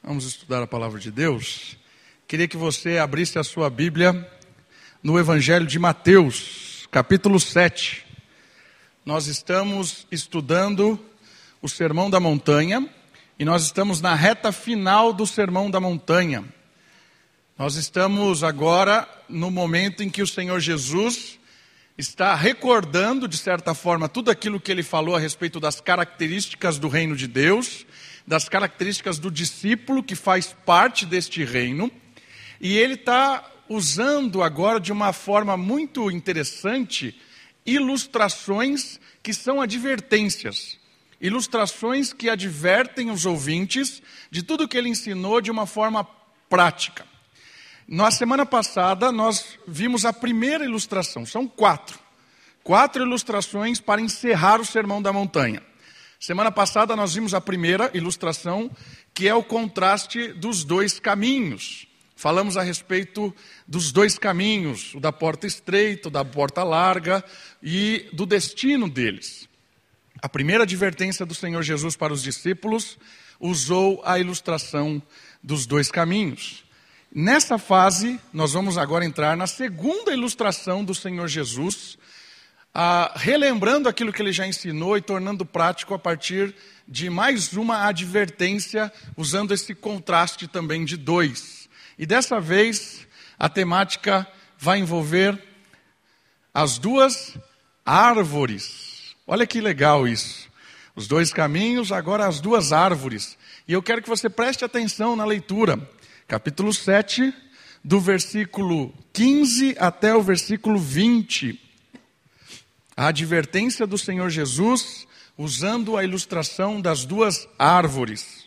Vamos estudar a palavra de Deus. Queria que você abrisse a sua Bíblia no Evangelho de Mateus, capítulo 7. Nós estamos estudando o Sermão da Montanha e nós estamos na reta final do Sermão da Montanha. Nós estamos agora no momento em que o Senhor Jesus está recordando, de certa forma, tudo aquilo que ele falou a respeito das características do reino de Deus, das características do discípulo que faz parte deste reino, e ele está usando agora de uma forma muito interessante ilustrações que são advertências, ilustrações que advertem os ouvintes de tudo que ele ensinou de uma forma prática. Na semana passada nós vimos a primeira ilustração, são quatro ilustrações para encerrar o Sermão da Montanha. Semana passada nós vimos a primeira ilustração, que é o contraste dos dois caminhos. Falamos a respeito dos dois caminhos, o da porta estreita, o da porta larga e do destino deles. A primeira advertência do Senhor Jesus para os discípulos usou a ilustração dos dois caminhos. Nessa fase, nós vamos agora entrar na segunda ilustração do Senhor Jesus, relembrando aquilo que ele já ensinou e tornando prático a partir de mais uma advertência, usando esse contraste também de dois. E dessa vez, a temática vai envolver as duas árvores. Olha que legal isso. Os dois caminhos, agora as duas árvores. E eu quero que você preste atenção na leitura. Capítulo 7, do versículo 15 até o versículo 20. A advertência do Senhor Jesus, usando a ilustração das duas árvores.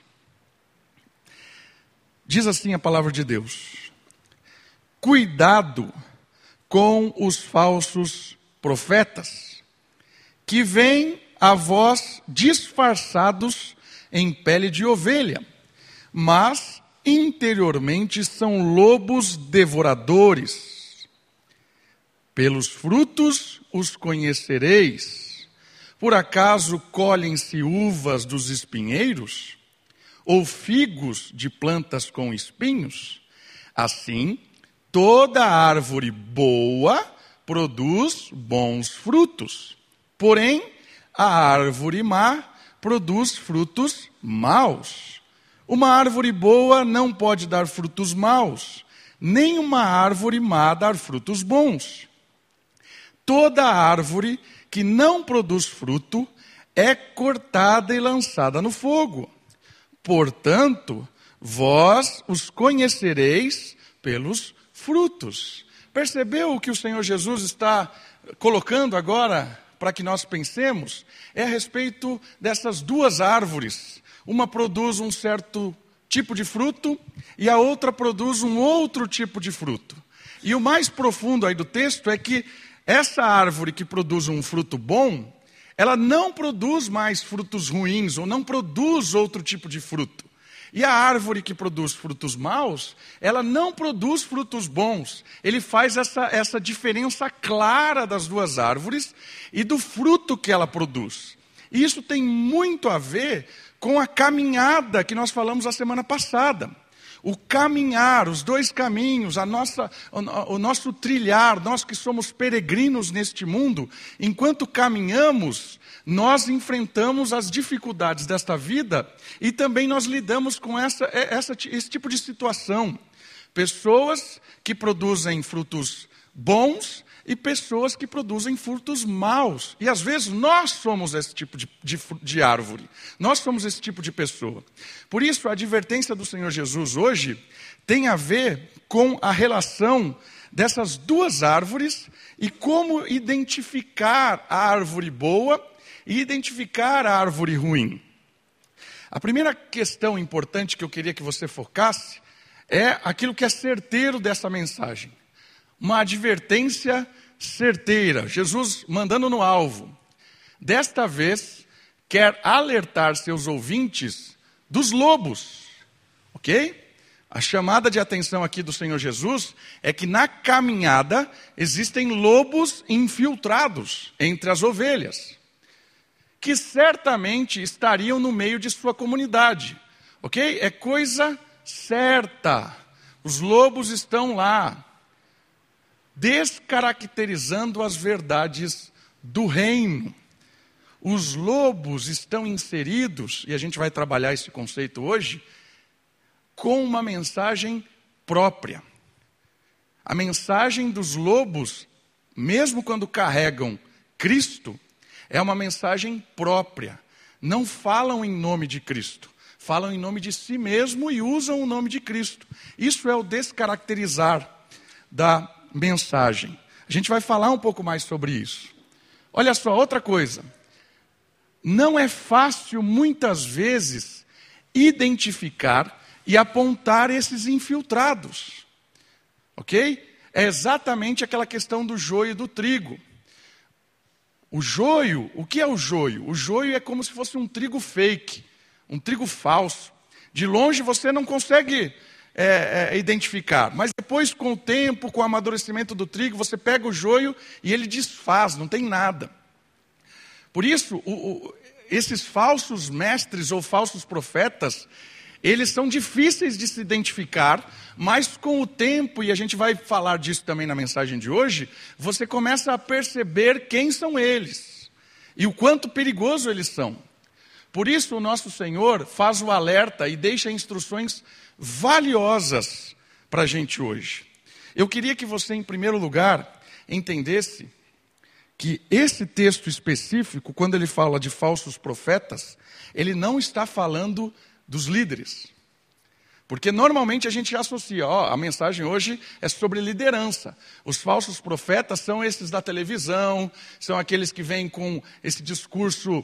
Diz assim a palavra de Deus: cuidado com os falsos profetas, que vêm a vós disfarçados em pele de ovelha, mas interiormente são lobos devoradores. Pelos frutos os conhecereis. Por acaso colhem-se uvas dos espinheiros? Ou figos de plantas com espinhos? Assim, toda árvore boa produz bons frutos. Porém, a árvore má produz frutos maus. Uma árvore boa não pode dar frutos maus, nem uma árvore má dar frutos bons. Toda árvore que não produz fruto é cortada e lançada no fogo. Portanto, vós os conhecereis pelos frutos. Percebeu o que o Senhor Jesus está colocando agora para que nós pensemos? É a respeito dessas duas árvores. Uma produz um certo tipo de fruto e a outra produz um outro tipo de fruto. E o mais profundo aí do texto é que essa árvore que produz um fruto bom, ela não produz mais frutos ruins ou não produz outro tipo de fruto. E a árvore que produz frutos maus, ela não produz frutos bons. Ele faz essa diferença clara das duas árvores e do fruto que ela produz. E isso tem muito a ver com a caminhada que nós falamos a semana passada. O caminhar, os dois caminhos, o nosso trilhar, nós que somos peregrinos neste mundo, enquanto caminhamos, nós enfrentamos as dificuldades desta vida e também nós lidamos com esse tipo de situação. Pessoas que produzem frutos bons e pessoas que produzem frutos maus. E às vezes nós somos esse tipo de árvore. Nós somos esse tipo de pessoa. Por isso a advertência do Senhor Jesus hoje tem a ver com a relação dessas duas árvores e como identificar a árvore boa e identificar a árvore ruim. A primeira questão importante que eu queria que você focasse é aquilo que é certeiro dessa mensagem. Uma advertência certeira, Jesus mandando no alvo. Desta vez, quer alertar seus ouvintes dos lobos, ok? A chamada de atenção aqui do Senhor Jesus é que na caminhada existem lobos infiltrados entre as ovelhas, que certamente estariam no meio de sua comunidade, ok? É coisa certa. Os lobos estão lá, descaracterizando as verdades do reino. Os lobos estão inseridos, e a gente vai trabalhar esse conceito hoje, com uma mensagem própria. A mensagem dos lobos, mesmo quando carregam Cristo, é uma mensagem própria. Não falam em nome de Cristo, falam em nome de si mesmo e usam o nome de Cristo. Isso é o descaracterizar da mensagem. A gente vai falar um pouco mais sobre isso. Olha só, outra coisa. Não é fácil, muitas vezes, identificar e apontar esses infiltrados. Ok? É exatamente aquela questão do joio e do trigo. O joio, o que é o joio? O joio é como se fosse um trigo fake, um trigo falso. De longe você não consegue identificar, mas depois, com o tempo, com o amadurecimento do trigo, você pega o joio e ele desfaz, não tem nada. Por isso, esses falsos mestres ou falsos profetas, eles são difíceis de se identificar, mas com o tempo, e a gente vai falar disso também na mensagem de hoje, você começa a perceber quem são eles e o quanto perigoso eles são. Por isso o nosso Senhor faz o alerta e deixa instruções valiosas para a gente hoje. Eu queria que você, em primeiro lugar, entendesse que esse texto específico, quando ele fala de falsos profetas, ele não está falando dos líderes. Porque normalmente a gente associa, a mensagem hoje é sobre liderança. Os falsos profetas são esses da televisão, são aqueles que vêm com esse discurso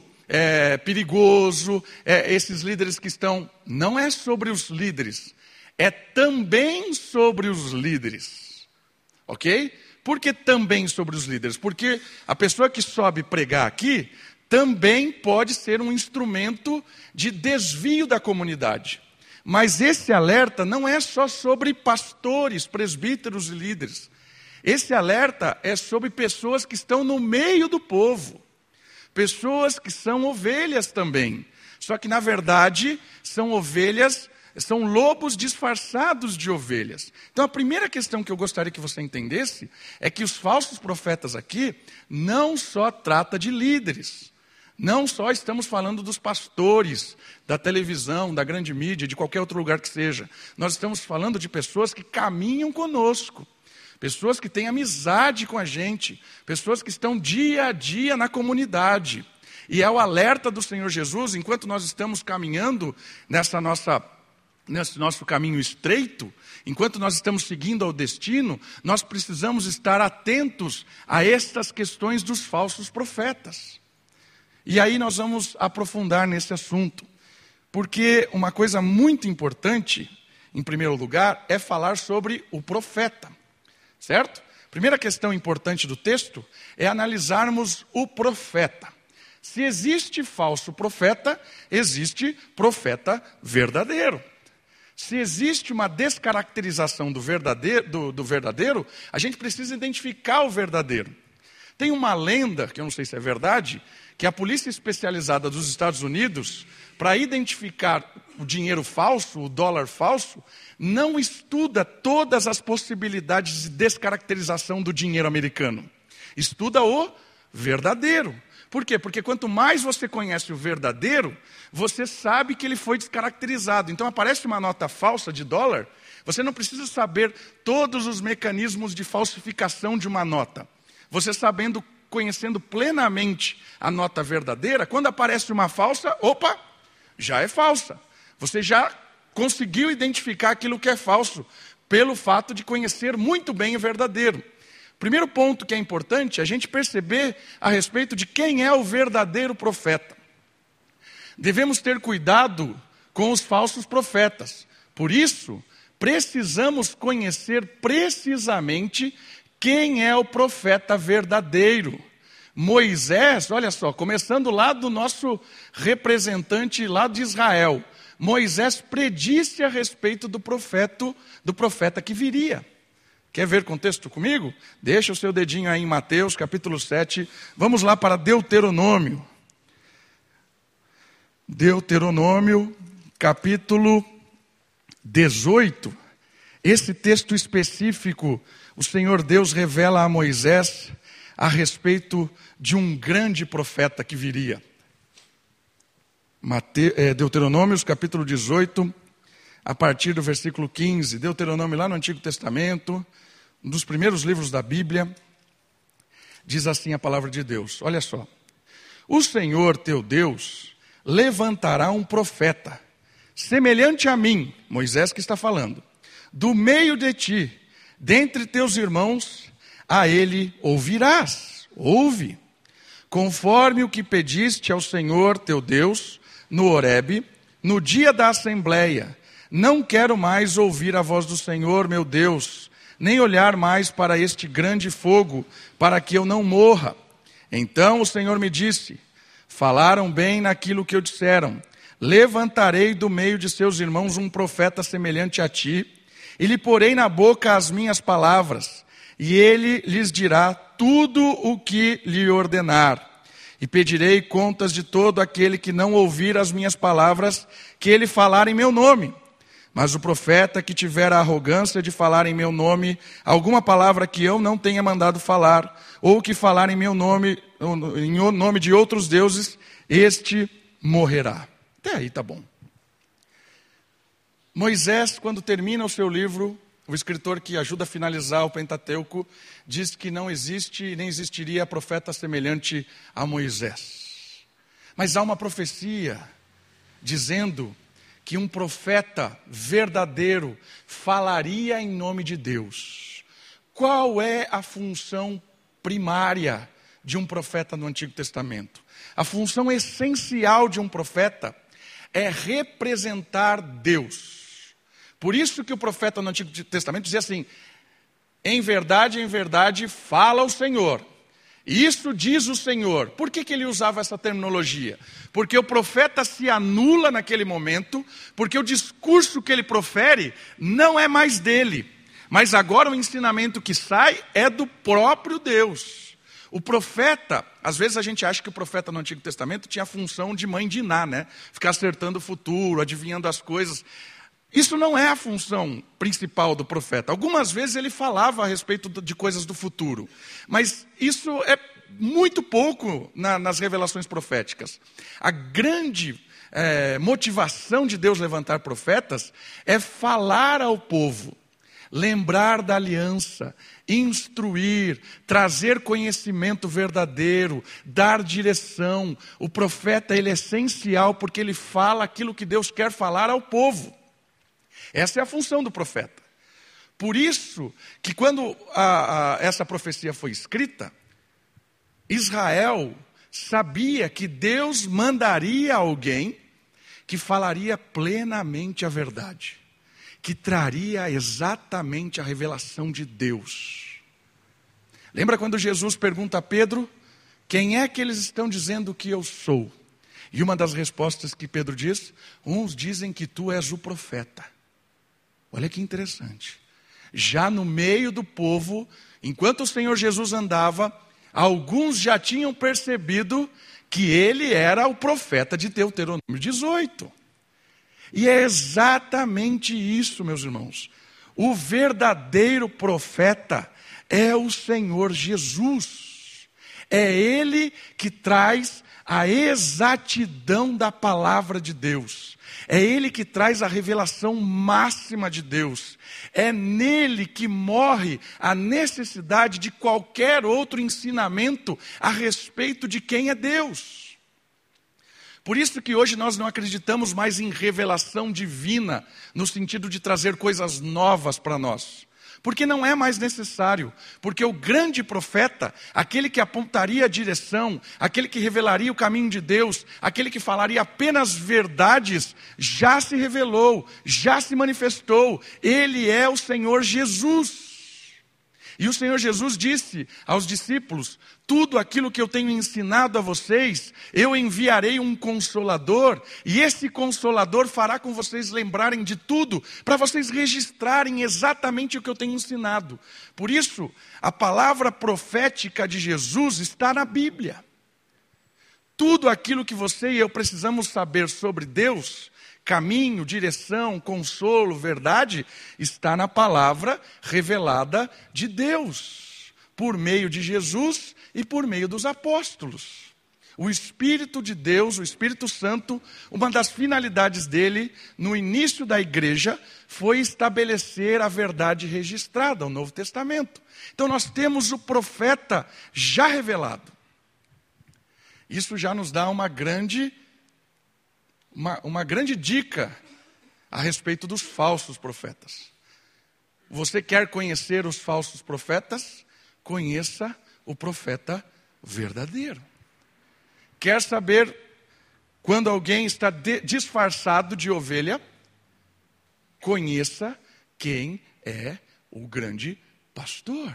perigoso, esses líderes que estão... Não é sobre os líderes, é também sobre os líderes. Ok? Por que também sobre os líderes? Porque a pessoa que sobe pregar aqui também pode ser um instrumento de desvio da comunidade. Mas esse alerta não é só sobre pastores, presbíteros e líderes. Esse alerta é sobre pessoas que estão no meio do povo. Pessoas que são ovelhas também. Só que, na verdade, são ovelhas... São lobos disfarçados de ovelhas. Então a primeira questão que eu gostaria que você entendesse é que os falsos profetas aqui não só trata de líderes. Não só estamos falando dos pastores, da televisão, da grande mídia, de qualquer outro lugar que seja. Nós estamos falando de pessoas que caminham conosco. Pessoas que têm amizade com a gente. Pessoas que estão dia a dia na comunidade. E é o alerta do Senhor Jesus, enquanto nós estamos caminhando nesse nosso caminho estreito, enquanto nós estamos seguindo ao destino, nós precisamos estar atentos a estas questões dos falsos profetas. E aí nós vamos aprofundar nesse assunto, porque uma coisa muito importante, em primeiro lugar, é falar sobre o profeta, certo? Primeira questão importante do texto é analisarmos o profeta. Se existe falso profeta, existe profeta verdadeiro. Se existe uma descaracterização do verdadeiro, a gente precisa identificar o verdadeiro. Tem uma lenda, que eu não sei se é verdade, que a polícia especializada dos Estados Unidos, para identificar o dinheiro falso, o dólar falso, não estuda todas as possibilidades de descaracterização do dinheiro americano. Estuda o verdadeiro. Por quê? Porque quanto mais você conhece o verdadeiro, você sabe que ele foi descaracterizado. Então aparece uma nota falsa de dólar, você não precisa saber todos os mecanismos de falsificação de uma nota. Você conhecendo plenamente a nota verdadeira, quando aparece uma falsa, opa, já é falsa. Você já conseguiu identificar aquilo que é falso, pelo fato de conhecer muito bem o verdadeiro. Primeiro ponto que é importante, a gente perceber a respeito de quem é o verdadeiro profeta. Devemos ter cuidado com os falsos profetas. Por isso, precisamos conhecer precisamente quem é o profeta verdadeiro. Moisés, olha só, começando lá do nosso representante lá de Israel, Moisés predisse a respeito do profeta que viria. Quer ver contexto comigo? Deixa o seu dedinho aí em Mateus, capítulo 7. Vamos lá para Deuteronômio. Deuteronômio, capítulo 18, esse texto específico, o Senhor Deus revela a Moisés a respeito de um grande profeta que viria. Deuteronômio, capítulo 18, a partir do versículo 15. Deuteronômio lá no Antigo Testamento, um dos primeiros livros da Bíblia, diz assim a palavra de Deus. Olha só. O Senhor teu Deus levantará um profeta, semelhante a mim, Moisés que está falando, do meio de ti, dentre teus irmãos, a ele ouvirás. Ouve, conforme o que pediste ao Senhor teu Deus, no Horebe, no dia da assembleia. Não quero mais ouvir a voz do Senhor, meu Deus, nem olhar mais para este grande fogo, para que eu não morra. Então o Senhor me disse, falaram bem naquilo que eu disseram. Levantarei do meio de seus irmãos um profeta semelhante a ti, e lhe porei na boca as minhas palavras, e ele lhes dirá tudo o que lhe ordenar. E pedirei contas de todo aquele que não ouvir as minhas palavras, que ele falar em meu nome. Mas o profeta que tiver a arrogância de falar em meu nome, alguma palavra que eu não tenha mandado falar, ou que falar em meu nome, em nome de outros deuses, este morrerá. Até aí tá bom. Moisés, quando termina o seu livro, o escritor que ajuda a finalizar o Pentateuco, diz que não existe e nem existiria profeta semelhante a Moisés. Mas há uma profecia dizendo que um profeta verdadeiro falaria em nome de Deus. Qual é a função primária de um profeta no Antigo Testamento? A função essencial de um profeta é representar Deus. Por isso que o profeta no Antigo Testamento dizia assim, em verdade, fala o Senhor. Isso diz o Senhor. Por que ele usava essa terminologia? Porque o profeta se anula naquele momento, porque o discurso que ele profere não é mais dele. Mas agora o ensinamento que sai é do próprio Deus. O profeta, às vezes a gente acha que o profeta no Antigo Testamento tinha a função de mãe de Iná, né? Ficar acertando o futuro, adivinhando as coisas. Isso não é a função principal do profeta. Algumas vezes ele falava a respeito de coisas do futuro. Mas isso é muito pouco nas revelações proféticas. A grande motivação de Deus levantar profetas é falar ao povo, lembrar da aliança, instruir, trazer conhecimento verdadeiro, dar direção. O profeta ele é essencial porque ele fala aquilo que Deus quer falar ao povo. Essa é a função do profeta. Por isso que quando essa profecia foi escrita, Israel sabia que Deus mandaria alguém que falaria plenamente a verdade, que traria exatamente a revelação de Deus. Lembra quando Jesus pergunta a Pedro, quem é que eles estão dizendo que eu sou? E uma das respostas que Pedro diz, uns dizem que tu és o profeta. Olha que interessante. Já no meio do povo, enquanto o Senhor Jesus andava, alguns já tinham percebido que ele era o profeta de Deuteronômio 18. E é exatamente isso, meus irmãos. O verdadeiro profeta é o Senhor Jesus. É Ele que traz a exatidão da palavra de Deus. É Ele que traz a revelação máxima de Deus. É nele que morre a necessidade de qualquer outro ensinamento a respeito de quem é Deus. Por isso que hoje nós não acreditamos mais em revelação divina, no sentido de trazer coisas novas para nós. Porque não é mais necessário, porque o grande profeta, aquele que apontaria a direção, aquele que revelaria o caminho de Deus, aquele que falaria apenas verdades, já se revelou, já se manifestou. Ele é o Senhor Jesus. E o Senhor Jesus disse aos discípulos, tudo aquilo que eu tenho ensinado a vocês, eu enviarei um Consolador, e esse Consolador fará com vocês lembrarem de tudo, para vocês registrarem exatamente o que eu tenho ensinado. Por isso, a palavra profética de Jesus está na Bíblia. Tudo aquilo que você e eu precisamos saber sobre Deus, caminho, direção, consolo, verdade, está na palavra revelada de Deus, por meio de Jesus e por meio dos apóstolos. O Espírito de Deus, o Espírito Santo, uma das finalidades dele no início da igreja foi estabelecer a verdade registrada, o Novo Testamento. Então nós temos o profeta já revelado. Isso já nos dá uma grande dica a respeito dos falsos profetas. Você quer conhecer os falsos profetas? Conheça o profeta verdadeiro. Quer saber quando alguém está disfarçado de ovelha? Conheça quem é o grande pastor.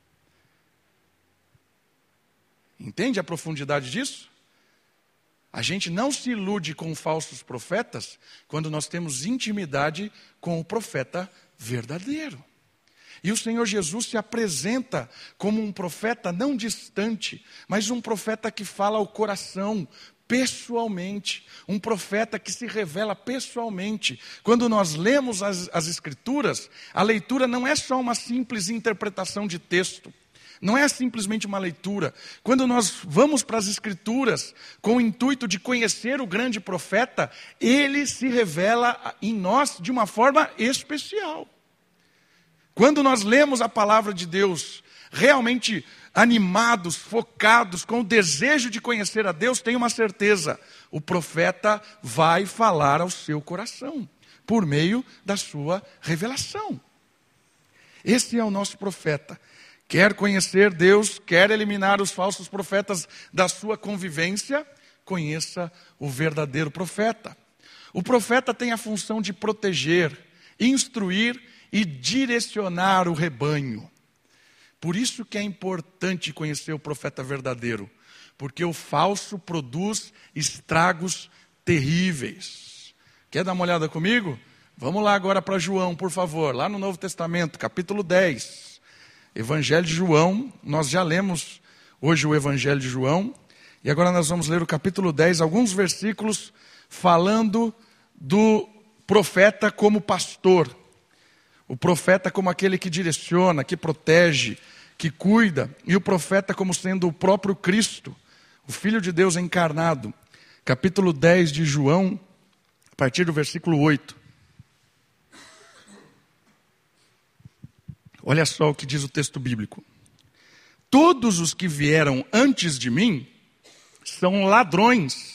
Entende a profundidade disso? A gente não se ilude com falsos profetas quando nós temos intimidade com o profeta verdadeiro. E o Senhor Jesus se apresenta como um profeta não distante, mas um profeta que fala ao coração, pessoalmente. Um profeta que se revela pessoalmente. Quando nós lemos as Escrituras, a leitura não é só uma simples interpretação de texto. Não é simplesmente uma leitura. Quando nós vamos para as Escrituras com o intuito de conhecer o grande profeta, ele se revela em nós de uma forma especial. Quando nós lemos a palavra de Deus, realmente animados, focados, com o desejo de conhecer a Deus, tenha uma certeza, o profeta vai falar ao seu coração, por meio da sua revelação. Esse é o nosso profeta. Quer conhecer Deus, quer eliminar os falsos profetas da sua convivência, conheça o verdadeiro profeta. O profeta tem a função de proteger, instruir e direcionar o rebanho. Por isso que é importante conhecer o profeta verdadeiro, porque o falso produz estragos terríveis. Quer dar uma olhada comigo? Vamos lá agora para João, por favor, lá no Novo Testamento, capítulo 10. Evangelho de João, nós já lemos hoje o Evangelho de João, e agora nós vamos ler o capítulo 10, alguns versículos falando do profeta como pastor. O profeta como aquele que direciona, que protege, que cuida. E o profeta como sendo o próprio Cristo, o Filho de Deus encarnado. Capítulo 10 de João, a partir do versículo 8. Olha só o que diz o texto bíblico. Todos os que vieram antes de mim são ladrões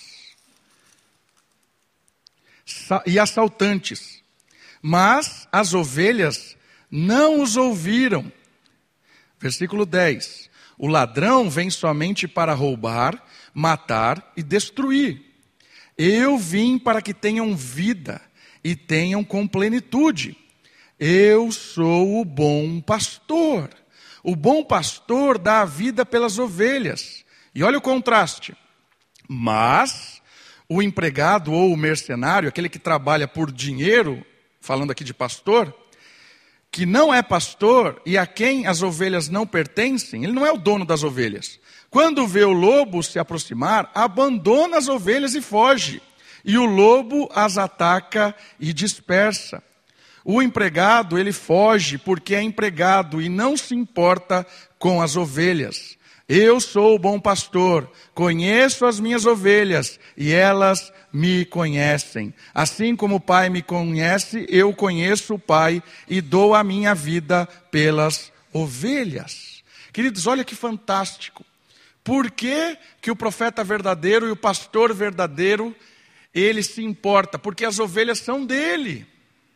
e assaltantes. Mas as ovelhas não os ouviram. Versículo 10. O ladrão vem somente para roubar, matar e destruir. Eu vim para que tenham vida e tenham com plenitude. Eu sou o bom pastor. O bom pastor dá a vida pelas ovelhas. E olha o contraste. Mas o empregado ou o mercenário, aquele que trabalha por dinheiro, falando aqui de pastor, que não é pastor e a quem as ovelhas não pertencem, ele não é o dono das ovelhas. Quando vê o lobo se aproximar, abandona as ovelhas e foge. E o lobo as ataca e dispersa. O empregado, ele foge porque é empregado e não se importa com as ovelhas. Eu sou o bom pastor, conheço as minhas ovelhas e elas me conhecem. Assim como o Pai me conhece, eu conheço o Pai e dou a minha vida pelas ovelhas. Queridos, olha que fantástico. Por que que o profeta verdadeiro e o pastor verdadeiro, ele se importa? Porque as ovelhas são dele.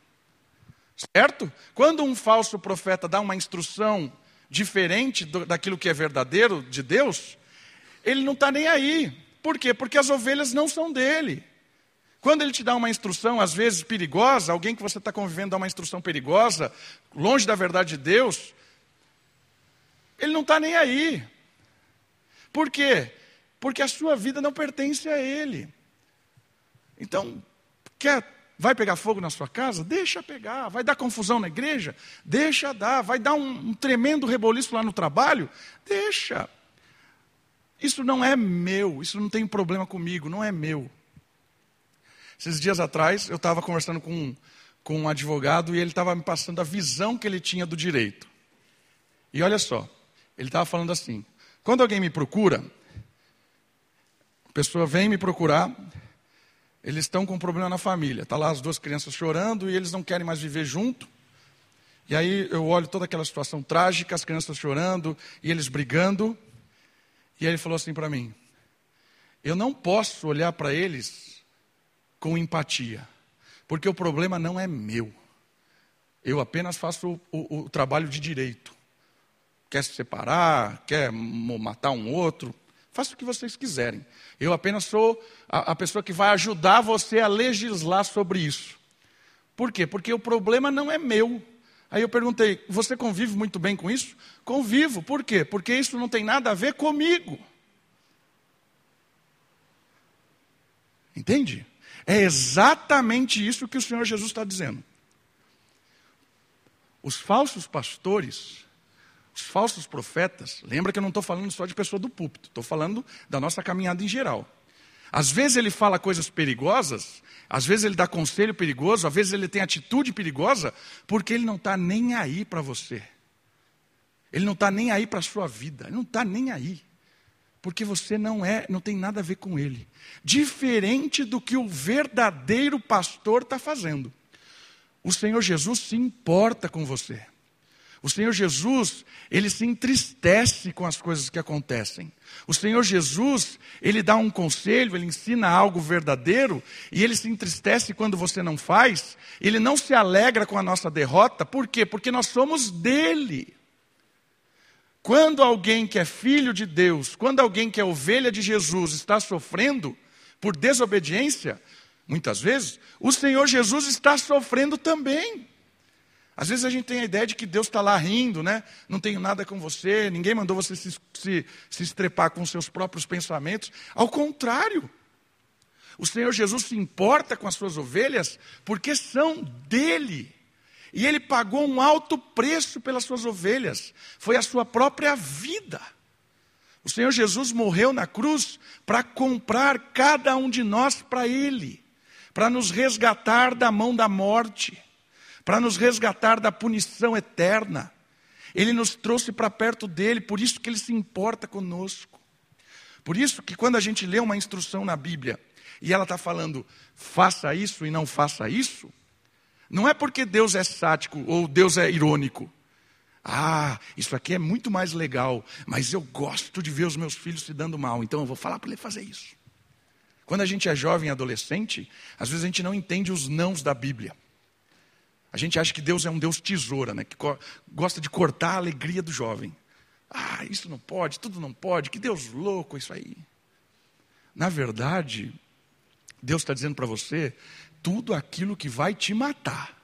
Certo? Quando um falso profeta dá uma instrução diferente daquilo que é verdadeiro de Deus, ele não está nem aí. Por quê? Porque as ovelhas não são dele. Quando ele te dá uma instrução, às vezes perigosa, alguém que você está convivendo dá uma instrução perigosa, longe da verdade de Deus, ele não está nem aí. Por quê? Porque a sua vida não pertence a ele. Então, vai pegar fogo na sua casa? Deixa pegar. Vai dar confusão na igreja? Deixa dar. Vai dar um tremendo reboliço lá no trabalho? Deixa. Isso não é meu. Isso não tem problema comigo. Não é meu. Esses dias atrás, eu estava conversando com um advogado e ele estava me passando a visão que ele tinha do direito. E olha só, ele estava falando assim, quando alguém me procura, a pessoa vem me procurar, eles estão com um problema na família, está lá as duas crianças chorando e eles não querem mais viver junto. E aí eu olho toda aquela situação trágica, as crianças chorando e eles brigando. E aí ele falou assim para mim, eu não posso olhar para eles com empatia, porque o problema não é meu. Eu apenas faço o trabalho de direito. Quer se separar, quer matar um outro, faça o que vocês quiserem. Eu apenas sou a pessoa que vai ajudar você a legislar sobre isso. Por quê? Porque o problema não é meu. Aí eu perguntei, você convive muito bem com isso? Convivo. Por quê? Porque isso não tem nada a ver comigo. Entende? É exatamente isso que o Senhor Jesus está dizendo. Os falsos pastores, os falsos profetas, lembra que eu não estou falando só de pessoa do púlpito, estou falando da nossa caminhada em geral. Às vezes ele fala coisas perigosas, às vezes ele dá conselho perigoso, às vezes ele tem atitude perigosa, porque ele não está nem aí para você. Ele não está nem aí para a sua vida, ele não está nem aí. Porque você não tem nada a ver com ele. Diferente do que o verdadeiro pastor está fazendo. O Senhor Jesus se importa com você. O Senhor Jesus, ele se entristece com as coisas que acontecem. O Senhor Jesus, ele dá um conselho, ele ensina algo verdadeiro, e ele se entristece quando você não faz. Ele não se alegra com a nossa derrota. Por quê? Porque nós somos dele. Quando alguém que é filho de Deus, quando alguém que é ovelha de Jesus está sofrendo por desobediência, muitas vezes, o Senhor Jesus está sofrendo também. Às vezes a gente tem a ideia de que Deus está lá rindo, né? Não tenho nada com você, ninguém mandou você se estrepar com seus próprios pensamentos. Ao contrário, o Senhor Jesus se importa com as suas ovelhas porque são dele. E ele pagou um alto preço pelas suas ovelhas. Foi a sua própria vida. O Senhor Jesus morreu na cruz para comprar cada um de nós para ele. Para nos resgatar da mão da morte. Para nos resgatar da punição eterna. Ele nos trouxe para perto dele, por isso que ele se importa conosco. Por isso que quando a gente lê uma instrução na Bíblia, e ela está falando, faça isso e não faça isso, não é porque Deus é sádico ou Deus é irônico. Ah, isso aqui é muito mais legal, mas eu gosto de ver os meus filhos se dando mal, então eu vou falar para ele fazer isso. Quando a gente é jovem e adolescente, às vezes a gente não entende os nãos da Bíblia. A gente acha que Deus é um Deus tesoura, né? Que gosta de cortar a alegria do jovem. Ah, isso não pode, tudo não pode, que Deus louco isso aí. Na verdade, Deus está dizendo para você tudo aquilo que vai te matar.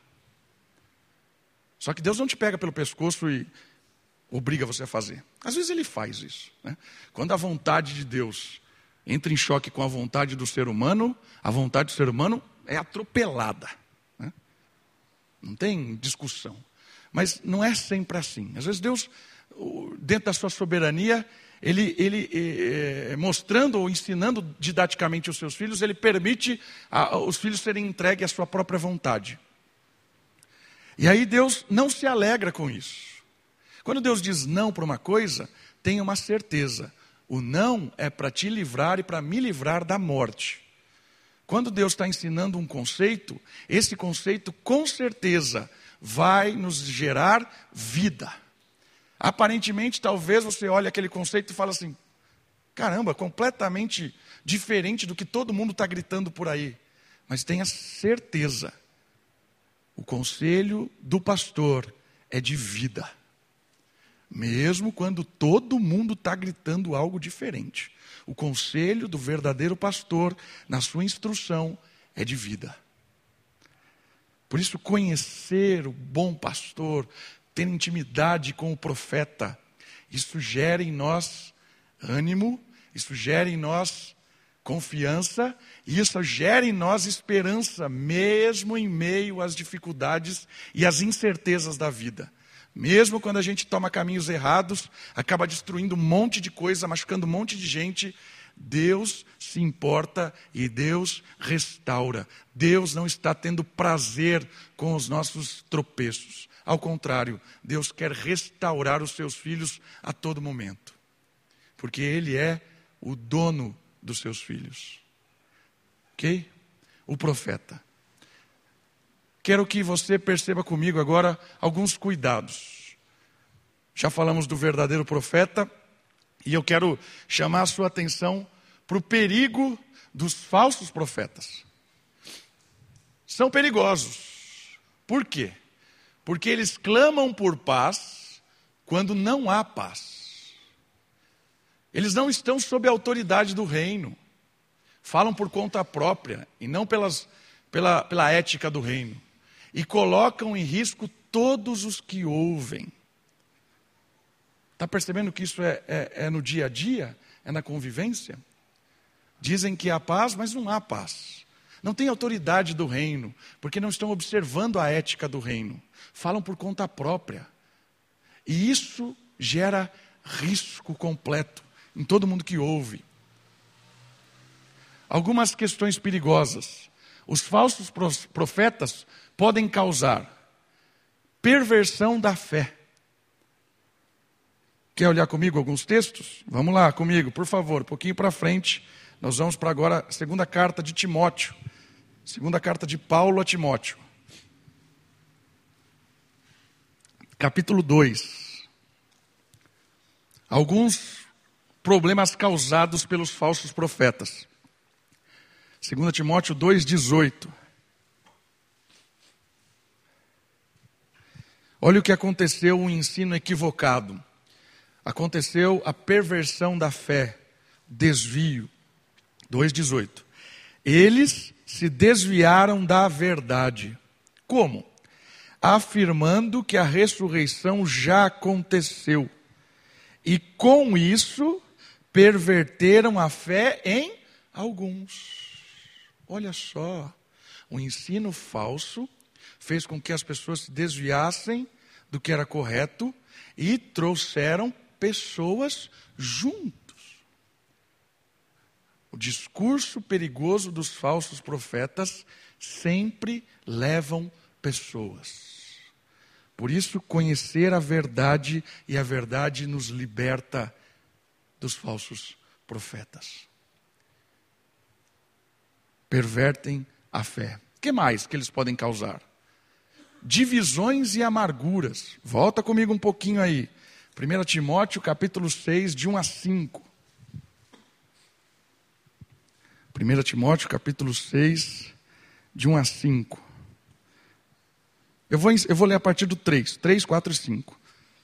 Só que Deus não te pega pelo pescoço e obriga você a fazer. Às vezes ele faz isso, né? Quando a vontade de Deus entra em choque com a vontade do ser humano, a vontade do ser humano é atropelada. Não tem discussão. Mas não é sempre assim. Às vezes Deus, dentro da sua soberania, ele mostrando ou ensinando didaticamente os seus filhos, ele permite os filhos serem entregues à sua própria vontade. E aí Deus não se alegra com isso. Quando Deus diz não para uma coisa, tenha uma certeza. O não é para te livrar e para me livrar da morte. Quando Deus está ensinando um conceito, esse conceito com certeza vai nos gerar vida. Aparentemente, talvez você olhe aquele conceito e fale assim, caramba, completamente diferente do que todo mundo está gritando por aí. Mas tenha certeza, o conselho do pastor é de vida. Mesmo quando todo mundo está gritando algo diferente. O conselho do verdadeiro pastor, na sua instrução, é de vida. Por isso, conhecer o bom pastor, ter intimidade com o profeta, isso gera em nós ânimo, isso gera em nós confiança, e isso gera em nós esperança, mesmo em meio às dificuldades e às incertezas da vida. Mesmo quando a gente toma caminhos errados, acaba destruindo um monte de coisa, machucando um monte de gente, Deus se importa e Deus restaura. Deus não está tendo prazer com os nossos tropeços. Ao contrário, Deus quer restaurar os seus filhos a todo momento. Porque Ele é o dono dos seus filhos. Ok? O profeta. Quero que você perceba comigo agora alguns cuidados. Já falamos do verdadeiro profeta e eu quero chamar a sua atenção para o perigo dos falsos profetas. São perigosos. Por quê? Porque eles clamam por paz quando não há paz. Eles não estão sob a autoridade do reino. Falam por conta própria e não pela ética do reino. E colocam em risco todos os que ouvem. Está percebendo que isso é no dia a dia? É na convivência? Dizem que há paz, mas não há paz. Não tem autoridade do reino, porque não estão observando a ética do reino. Falam por conta própria. E isso gera risco completo em todo mundo que ouve. Algumas questões perigosas. Os falsos profetas podem causar perversão da fé. Quer olhar comigo alguns textos? Vamos lá comigo, por favor, um pouquinho para frente. Nós vamos para agora a segunda carta de Timóteo. Segunda carta de Paulo a Timóteo. Capítulo 2. Alguns problemas causados pelos falsos profetas. 2 Timóteo 2,18. Olha o que aconteceu, um ensino equivocado. Aconteceu a perversão da fé, desvio. 2,18. Eles se desviaram da verdade. Como? Afirmando que a ressurreição já aconteceu. E com isso, perverteram a fé em alguns. Olha só, o ensino falso fez com que as pessoas se desviassem do que era correto e trouxeram pessoas juntos. O discurso perigoso dos falsos profetas sempre levam pessoas. Por isso, conhecer a verdade e a verdade nos liberta dos falsos profetas. Pervertem a fé. O que mais que eles podem causar? Divisões e amarguras. Volta comigo um pouquinho aí. 1 Timóteo capítulo 6, de 1 a 5. 1 Timóteo capítulo 6, de 1 a 5. Eu vou ler a partir do 3, 4 e 5.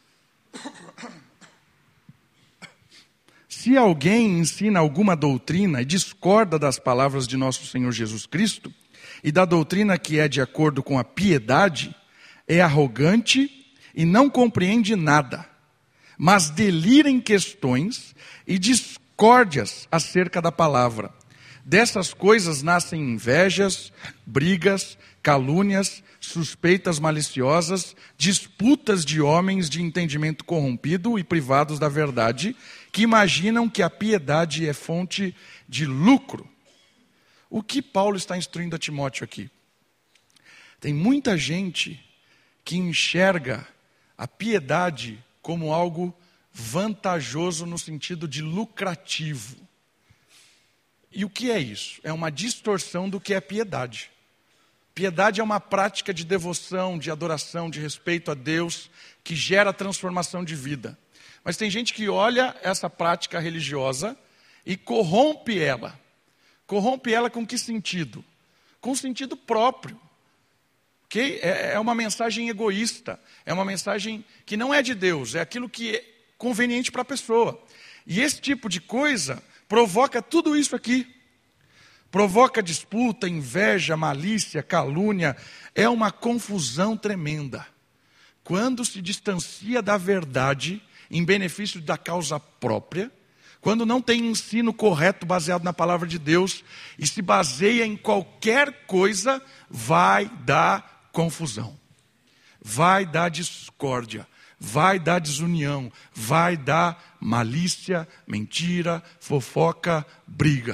Se alguém ensina alguma doutrina e discorda das palavras de nosso Senhor Jesus Cristo, e da doutrina que é de acordo com a piedade, é arrogante e não compreende nada, mas delira em questões e discórdias acerca da palavra. Dessas coisas nascem invejas, brigas, calúnias, suspeitas maliciosas, disputas de homens de entendimento corrompido e privados da verdade, que imaginam que a piedade é fonte de lucro. O que Paulo está instruindo a Timóteo aqui? Tem muita gente que enxerga a piedade como algo vantajoso no sentido de lucrativo. E o que é isso? É uma distorção do que é piedade. Piedade é uma prática de devoção, de adoração, de respeito a Deus, que gera transformação de vida. Mas tem gente que olha essa prática religiosa e corrompe ela. Corrompe ela com que sentido? Com sentido próprio. Okay? É uma mensagem egoísta. É uma mensagem que não é de Deus. É aquilo que é conveniente para a pessoa. E esse tipo de coisa provoca tudo isso aqui. Provoca disputa, inveja, malícia, calúnia. É uma confusão tremenda. Quando se distancia da verdade em benefício da causa própria, quando não tem ensino correto baseado na palavra de Deus e se baseia em qualquer coisa, vai dar confusão, vai dar discórdia, vai dar desunião, vai dar malícia, mentira, fofoca, briga.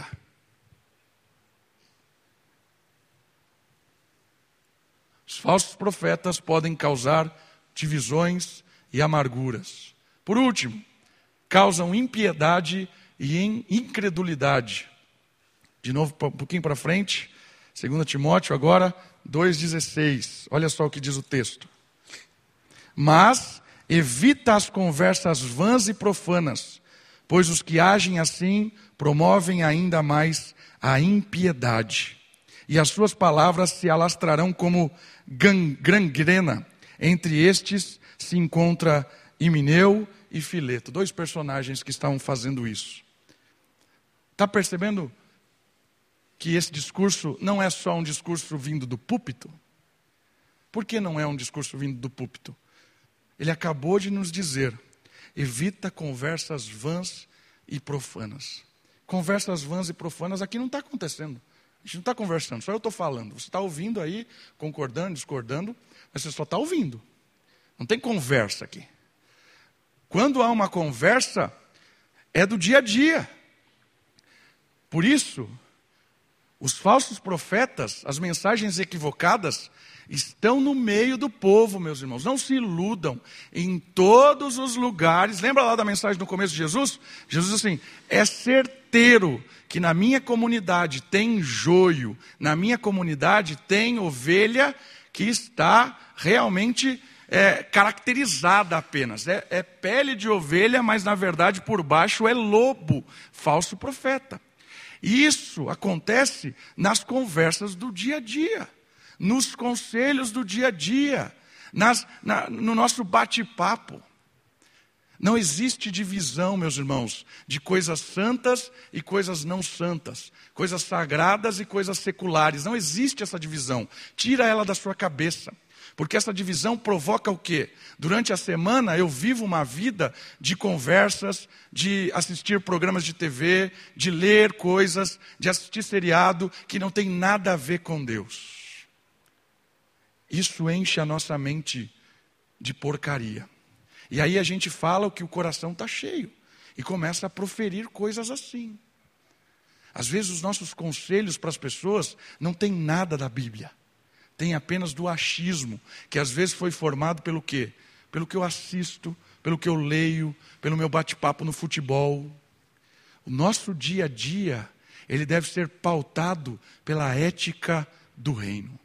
Os falsos profetas podem causar divisões e amarguras. Por último, causam impiedade e incredulidade. De novo, um pouquinho para frente, 2 Timóteo agora, 2,16. Olha só o que diz o texto. Mas evita as conversas vãs e profanas, pois os que agem assim promovem ainda mais a impiedade. E as suas palavras se alastrarão como gangrena. Entre estes se encontra Himeneu e Fileto, 2 personagens que estavam fazendo isso. Está percebendo que esse discurso não é só um discurso vindo do púlpito? Por que não é um discurso vindo do púlpito? Ele acabou de nos dizer, evita conversas vãs e profanas. Conversas vãs e profanas aqui não está acontecendo. A gente não está conversando, só eu estou falando. Você está ouvindo aí, concordando, discordando, mas você só está ouvindo. Não tem conversa aqui. Quando há uma conversa, é do dia a dia. Por isso, os falsos profetas, as mensagens equivocadas, estão no meio do povo, meus irmãos. Não se iludam. Em todos os lugares. Lembra lá da mensagem no começo de Jesus? Jesus diz assim, é certeiro que na minha comunidade tem joio, na minha comunidade tem ovelha que está realmente caracterizada apenas. É pele de ovelha, mas na verdade por baixo é lobo, falso profeta. Isso acontece nas conversas do dia a dia, nos conselhos do dia a dia, no nosso bate-papo. Não existe divisão, meus irmãos, de coisas santas e coisas não santas, coisas sagradas e coisas seculares. Não existe essa divisão. Tira ela da sua cabeça. Porque essa divisão provoca o quê? Durante a semana eu vivo uma vida de conversas, de assistir programas de TV, de ler coisas, de assistir seriado que não tem nada a ver com Deus. Isso enche a nossa mente de porcaria. E aí a gente fala o que o coração está cheio e começa a proferir coisas assim. Às vezes os nossos conselhos para as pessoas não tem nada da Bíblia. Tem apenas do achismo, que às vezes foi formado pelo quê? Pelo que eu assisto, pelo que eu leio, pelo meu bate-papo no futebol. O nosso dia a dia, ele deve ser pautado pela ética do reino.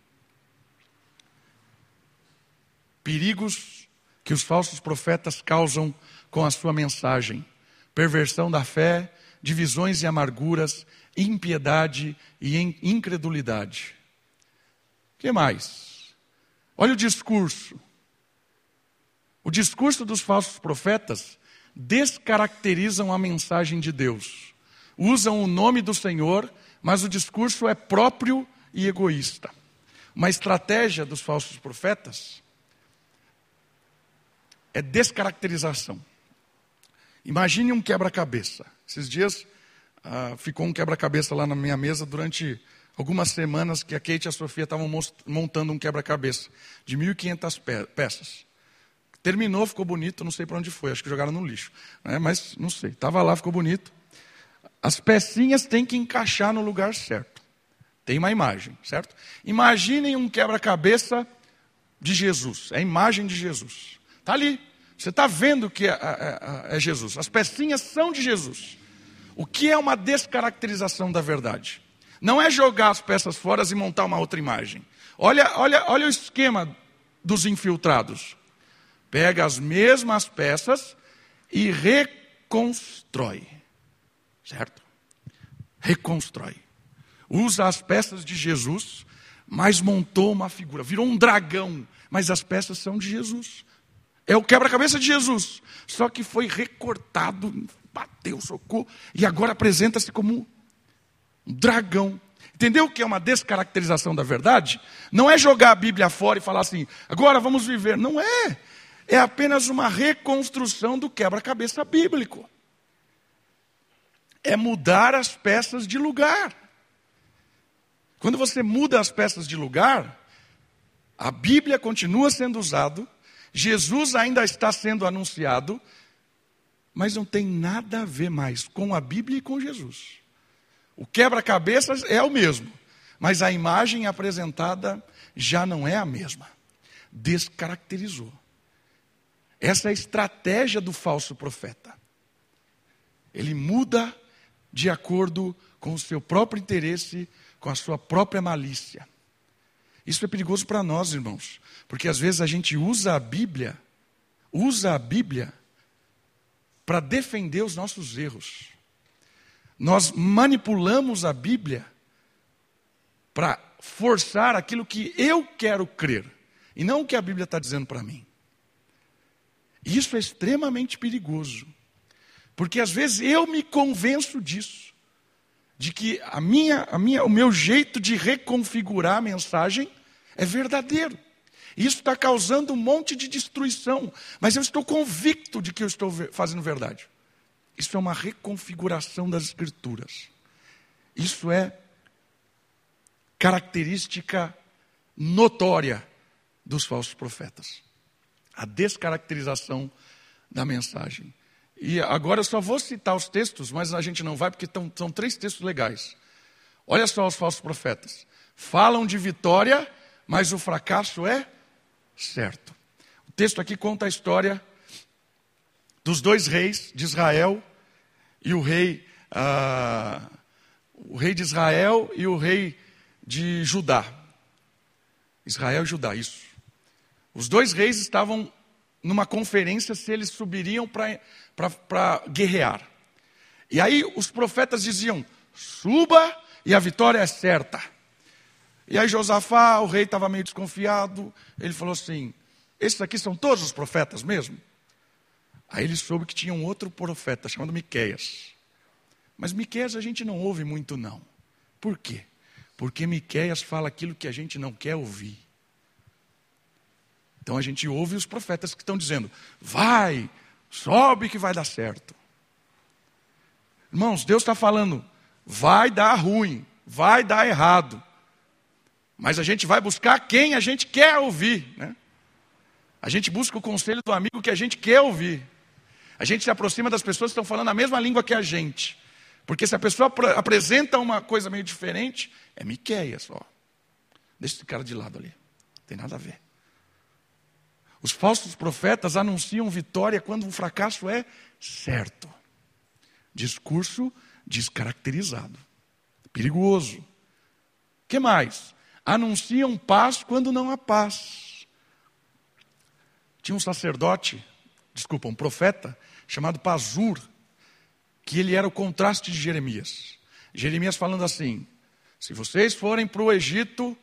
Perigos que os falsos profetas causam com a sua mensagem. Perversão da fé, divisões e amarguras, impiedade e incredulidade. O que mais? Olha o discurso. O discurso dos falsos profetas descaracterizam a mensagem de Deus. Usam o nome do Senhor, mas o discurso é próprio e egoísta. Uma estratégia dos falsos profetas é descaracterização. Imagine um quebra-cabeça. Esses dias ficou um quebra-cabeça lá na minha mesa durante algumas semanas que a Kate e a Sofia estavam montando um quebra-cabeça de 1.500 peças. Terminou, ficou bonito, não sei para onde foi, acho que jogaram no lixo. Né? Mas não sei, estava lá, ficou bonito. As pecinhas têm que encaixar no lugar certo. Tem uma imagem, certo? Imaginem um quebra-cabeça de Jesus, é a imagem de Jesus. Está ali, você está vendo que é Jesus. As pecinhas são de Jesus. O que é uma descaracterização da verdade? Não é jogar as peças fora e montar uma outra imagem. Olha o esquema dos infiltrados. Pega as mesmas peças e reconstrói. Certo? Reconstrói. Usa as peças de Jesus, mas montou uma figura. Virou um dragão, mas as peças são de Jesus. É o quebra-cabeça de Jesus. Só que foi recortado, bateu, socou, e agora apresenta-se como um dragão. Entendeu o que é uma descaracterização da verdade? Não é jogar a Bíblia fora e falar assim, agora vamos viver. Não é. É apenas uma reconstrução do quebra-cabeça bíblico. É mudar as peças de lugar. Quando você muda as peças de lugar, a Bíblia continua sendo usada, Jesus ainda está sendo anunciado, mas não tem nada a ver mais com a Bíblia e com Jesus. O quebra-cabeças é o mesmo, mas a imagem apresentada já não é a mesma. Descaracterizou. Essa é a estratégia do falso profeta. Ele muda de acordo com o seu próprio interesse, com a sua própria malícia. Isso é perigoso para nós, irmãos, porque às vezes a gente usa a Bíblia para defender os nossos erros. Nós manipulamos a Bíblia para forçar aquilo que eu quero crer, e não o que a Bíblia está dizendo para mim. Isso é extremamente perigoso, porque às vezes eu me convenço disso, de que o meu jeito de reconfigurar a mensagem é verdadeiro. Isso está causando um monte de destruição, mas eu estou convicto de que eu estou fazendo verdade. Isso é uma reconfiguração das Escrituras. Isso é característica notória dos falsos profetas. A descaracterização da mensagem. E agora eu só vou citar os textos, mas a gente não vai, porque são 3 textos legais. Olha só os falsos profetas. Falam de vitória, mas o fracasso é certo. O texto aqui conta a história dos 2 reis de Israel, e o rei de Israel e o rei de Judá. Israel e Judá, isso. Os 2 reis estavam numa conferência se eles subiriam para guerrear. E aí os profetas diziam, suba e a vitória é certa. E aí Josafá, o rei, estava meio desconfiado. Ele falou assim, esses aqui são todos os profetas mesmo? Aí ele soube que tinha um outro profeta chamado Miqueias. Mas Miqueias a gente não ouve muito não. Por quê? Porque Miqueias fala aquilo que a gente não quer ouvir. Então a gente ouve os profetas que estão dizendo, vai, sobe que vai dar certo. Irmãos, Deus está falando, vai dar ruim, vai dar errado. Mas a gente vai buscar quem a gente quer ouvir, né? A gente busca o conselho do amigo que a gente quer ouvir. A gente se aproxima das pessoas que estão falando a mesma língua que a gente. Porque se a pessoa apresenta uma coisa meio diferente, é Miqueias, ó. Deixa esse cara de lado ali, não tem nada a ver. Os falsos profetas anunciam vitória quando o fracasso é certo. Discurso descaracterizado. Perigoso. O que mais? Anunciam paz quando não há paz. Tinha um profeta, chamado Pazur, que ele era o contraste de Jeremias. Jeremias falando assim, se vocês forem para o Egito,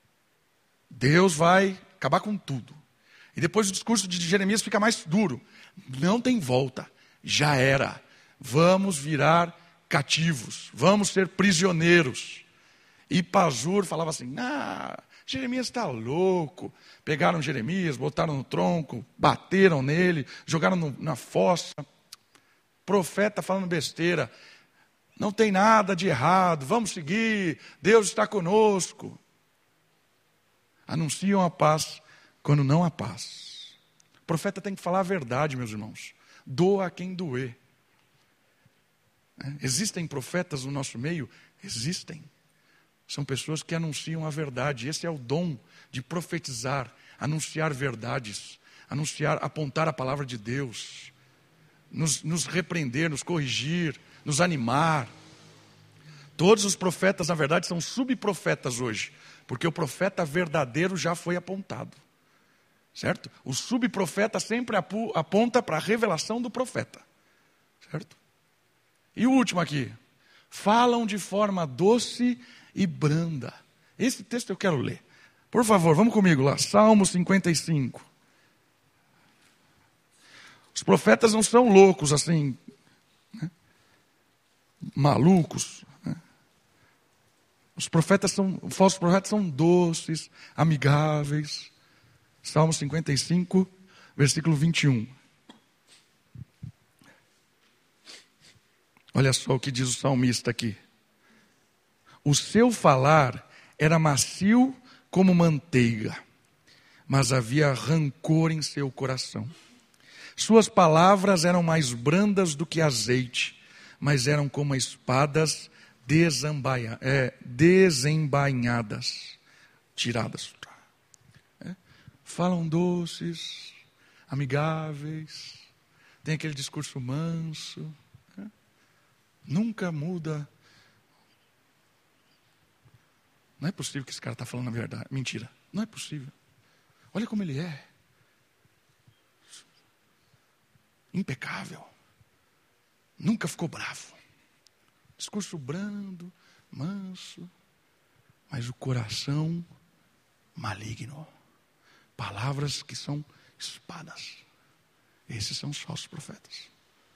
Deus vai acabar com tudo. E depois o discurso de Jeremias fica mais duro. Não tem volta, já era. Vamos virar cativos, vamos ser prisioneiros. E Pazur falava assim, Jeremias está louco. Pegaram Jeremias, botaram no tronco, bateram nele, jogaram na fossa. Profeta falando besteira. Não tem nada de errado, vamos seguir, Deus está conosco. Anunciam a paz quando não há paz. O profeta tem que falar a verdade, meus irmãos. Doa a quem doer. Existem profetas no nosso meio? Existem. São pessoas que anunciam a verdade. Esse é o dom de profetizar, anunciar verdades, apontar a palavra de Deus, nos repreender, nos corrigir, nos animar. Todos os profetas, na verdade, são subprofetas hoje, porque o profeta verdadeiro já foi apontado. Certo? O subprofeta sempre aponta para a revelação do profeta. Certo? E o último aqui. Falam de forma doce e branda. Esse texto eu quero ler. Por favor, vamos comigo lá. Salmo 55. Os profetas não são loucos assim, né? Malucos. Né? Os falsos profetas são doces, amigáveis. Salmo 55, versículo 21. Olha só o que diz o salmista aqui. O seu falar era macio como manteiga, mas havia rancor em seu coração. Suas palavras eram mais brandas do que azeite, mas eram como espadas desembainhadas, tiradas. Falam doces, amigáveis, tem aquele discurso manso, nunca muda. Não é possível que esse cara está falando a verdade. Mentira, não é possível. Olha como ele é. Impecável. Nunca ficou bravo. Discurso brando, manso, mas o coração maligno. Palavras que são espadas. Esses são os falsos profetas.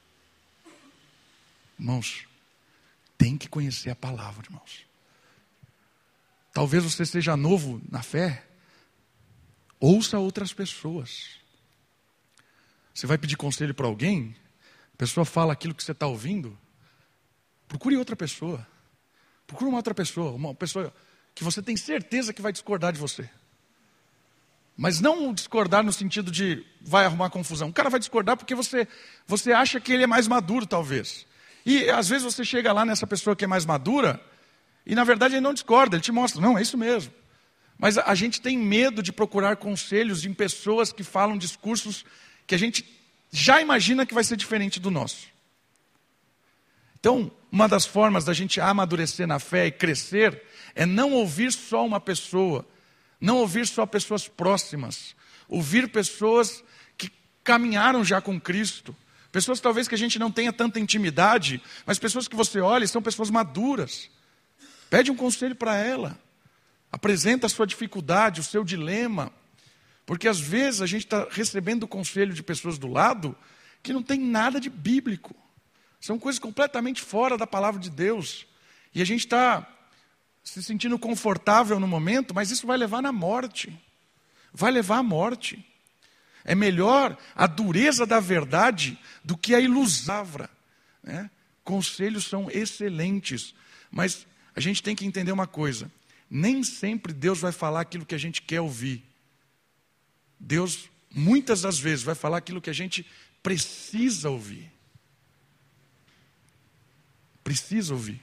Irmãos, tem que conhecer a palavra, irmãos. Talvez você seja novo na fé. Ouça outras pessoas. Você vai pedir conselho para alguém, a pessoa fala aquilo que você está ouvindo, procure outra pessoa. Procure uma pessoa que você tem certeza que vai discordar de você. Mas não discordar no sentido de vai arrumar confusão. O cara vai discordar porque você acha que ele é mais maduro, talvez. E às vezes você chega lá nessa pessoa que é mais madura, e na verdade ele não discorda, ele te mostra, não, é isso mesmo. Mas a gente tem medo de procurar conselhos em pessoas que falam discursos que a gente já imagina que vai ser diferente do nosso. Então, uma das formas da gente amadurecer na fé e crescer é não ouvir só uma pessoa, não ouvir só pessoas próximas, ouvir pessoas que caminharam já com Cristo, pessoas talvez que a gente não tenha tanta intimidade, mas pessoas que você olha e são pessoas maduras. Pede um conselho para ela, apresenta a sua dificuldade, o seu dilema, porque às vezes a gente está recebendo o conselho de pessoas do lado que não tem nada de bíblico. São coisas completamente fora da palavra de Deus. E a gente está se sentindo confortável no momento, mas isso vai levar na morte. Vai levar à morte. É melhor a dureza da verdade do que a ilusavra. Né? Conselhos são excelentes, mas a gente tem que entender uma coisa. Nem sempre Deus vai falar aquilo que a gente quer ouvir. Deus, muitas das vezes, vai falar aquilo que a gente precisa ouvir. Precisa ouvir.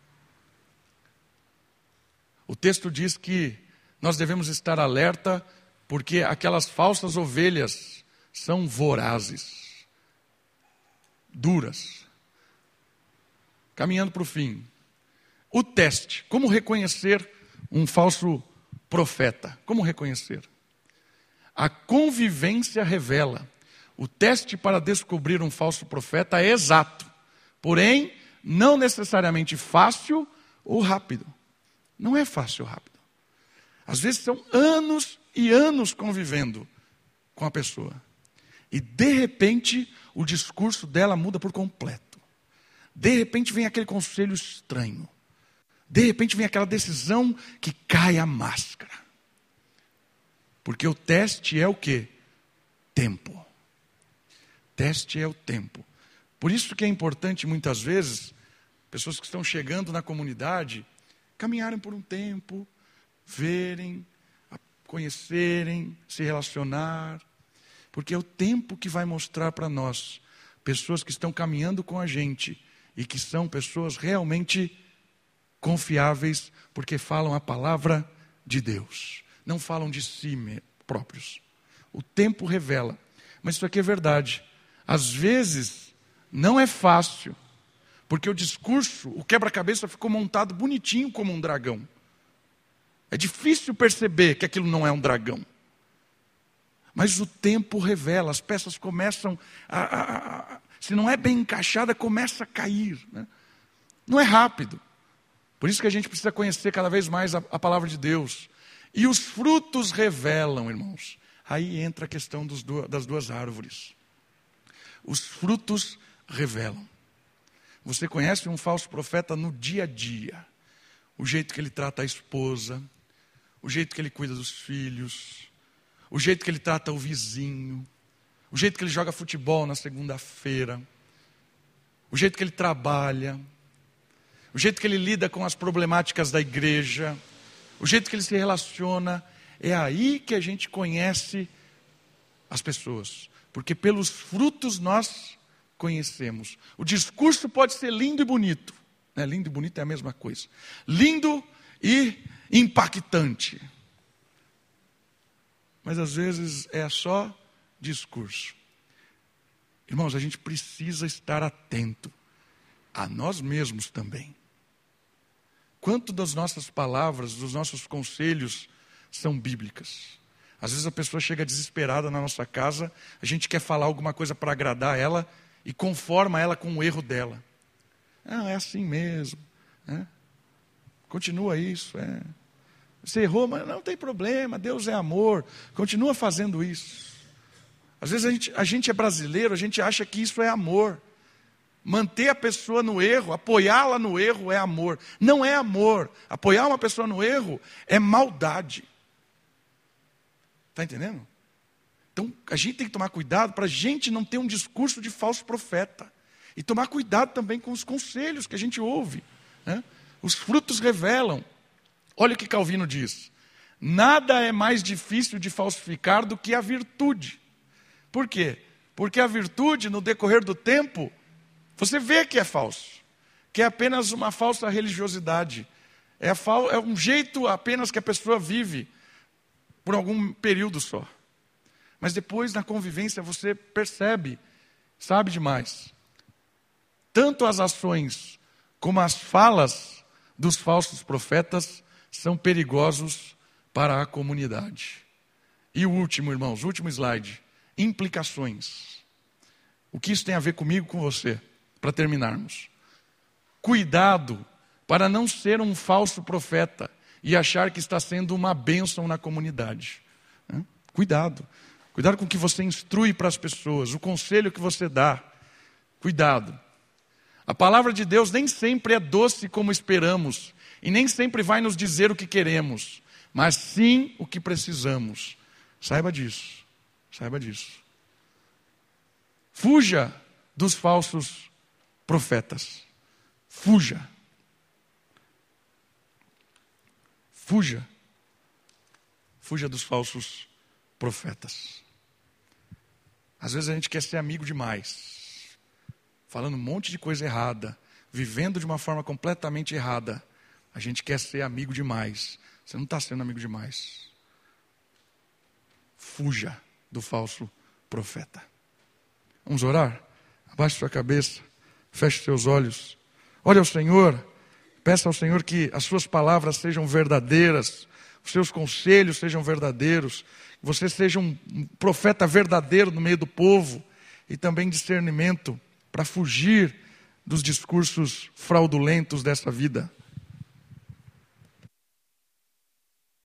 O texto diz que nós devemos estar alerta porque aquelas falsas ovelhas são vorazes, duras. Caminhando para o fim. O teste, como reconhecer um falso profeta? Como reconhecer? A convivência revela. O teste para descobrir um falso profeta é exato, porém, não necessariamente fácil ou rápido. Não é fácil ou rápido. Às vezes são anos e anos convivendo com a pessoa. E de repente, o discurso dela muda por completo. De repente vem aquele conselho estranho. De repente vem aquela decisão que cai a máscara. Porque o teste é o quê? Tempo. Teste é o tempo. Por isso que é importante muitas vezes, pessoas que estão chegando na comunidade, caminharem por um tempo, verem, conhecerem, se relacionar. Porque é o tempo que vai mostrar para nós, pessoas que estão caminhando com a gente e que são pessoas realmente confiáveis, porque falam a palavra de Deus. Não falam de si próprios. O tempo revela. Mas isso aqui é verdade. Às vezes, não é fácil. Porque o discurso, o quebra-cabeça ficou montado bonitinho como um dragão. É difícil perceber que aquilo não é um dragão. Mas o tempo revela. As peças começam se não é bem encaixada, começa a cair. Né? Não é rápido. Por isso que a gente precisa conhecer cada vez mais a palavra de Deus. E os frutos revelam, irmãos. Aí entra a questão das duas árvores. Os frutos revelam. Você conhece um falso profeta no dia a dia. O jeito que ele trata a esposa. O jeito que ele cuida dos filhos. O jeito que ele trata o vizinho. O jeito que ele joga futebol na segunda-feira. O jeito que ele trabalha. O jeito que ele lida com as problemáticas da igreja. O jeito que ele se relaciona. É aí que a gente conhece as pessoas. Porque pelos frutos nós conhecemos. O discurso pode ser lindo e bonito. Né? Lindo e bonito é a mesma coisa. Lindo e impactante. Mas às vezes é só discurso. Irmãos, a gente precisa estar atento a nós mesmos também. Quanto das nossas palavras, dos nossos conselhos são bíblicas? Às vezes a pessoa chega desesperada na nossa casa, a gente quer falar alguma coisa para agradar ela e conforma ela com o erro dela. É assim mesmo. Continua isso. Você errou, mas não tem problema, Deus é amor. Continua fazendo isso. Às vezes a gente é brasileiro, a gente acha que isso é amor. Manter a pessoa no erro, apoiá-la no erro é amor. Não é amor. Apoiar uma pessoa no erro é maldade. Está entendendo? Então a gente tem que tomar cuidado para a gente não ter um discurso de falso profeta. E tomar cuidado também com os conselhos que a gente ouve. Né? Os frutos revelam. Olha o que Calvino diz. Nada é mais difícil de falsificar do que a virtude. Por quê? Porque a virtude, no decorrer do tempo, você vê que é falso. Que é apenas uma falsa religiosidade. É um jeito apenas que a pessoa vive por algum período só. Mas depois, na convivência, você percebe, sabe demais. Tanto as ações como as falas dos falsos profetas são perigosos para a comunidade. E o último, irmãos, o último slide. Implicações. O que isso tem a ver comigo, com você? Para terminarmos. Cuidado para não ser um falso profeta e achar que está sendo uma bênção na comunidade. Cuidado. Cuidado com o que você instrui para as pessoas, o conselho que você dá. Cuidado. A palavra de Deus nem sempre é doce como esperamos e nem sempre vai nos dizer o que queremos, mas sim o que precisamos. Saiba disso. Saiba disso. Fuja dos falsos profetas. Fuja. Fuja. Fuja dos falsos profetas. Às vezes a gente quer ser amigo demais, falando um monte de coisa errada, vivendo de uma forma completamente errada. A gente quer ser amigo demais. Você não está sendo amigo demais. Fuja do falso profeta. Vamos orar? Abaixe sua cabeça, feche seus olhos. Olhe ao Senhor, peça ao Senhor que as suas palavras sejam verdadeiras, os seus conselhos sejam verdadeiros, que você seja um profeta verdadeiro no meio do povo e também discernimento para fugir dos discursos fraudulentos dessa vida.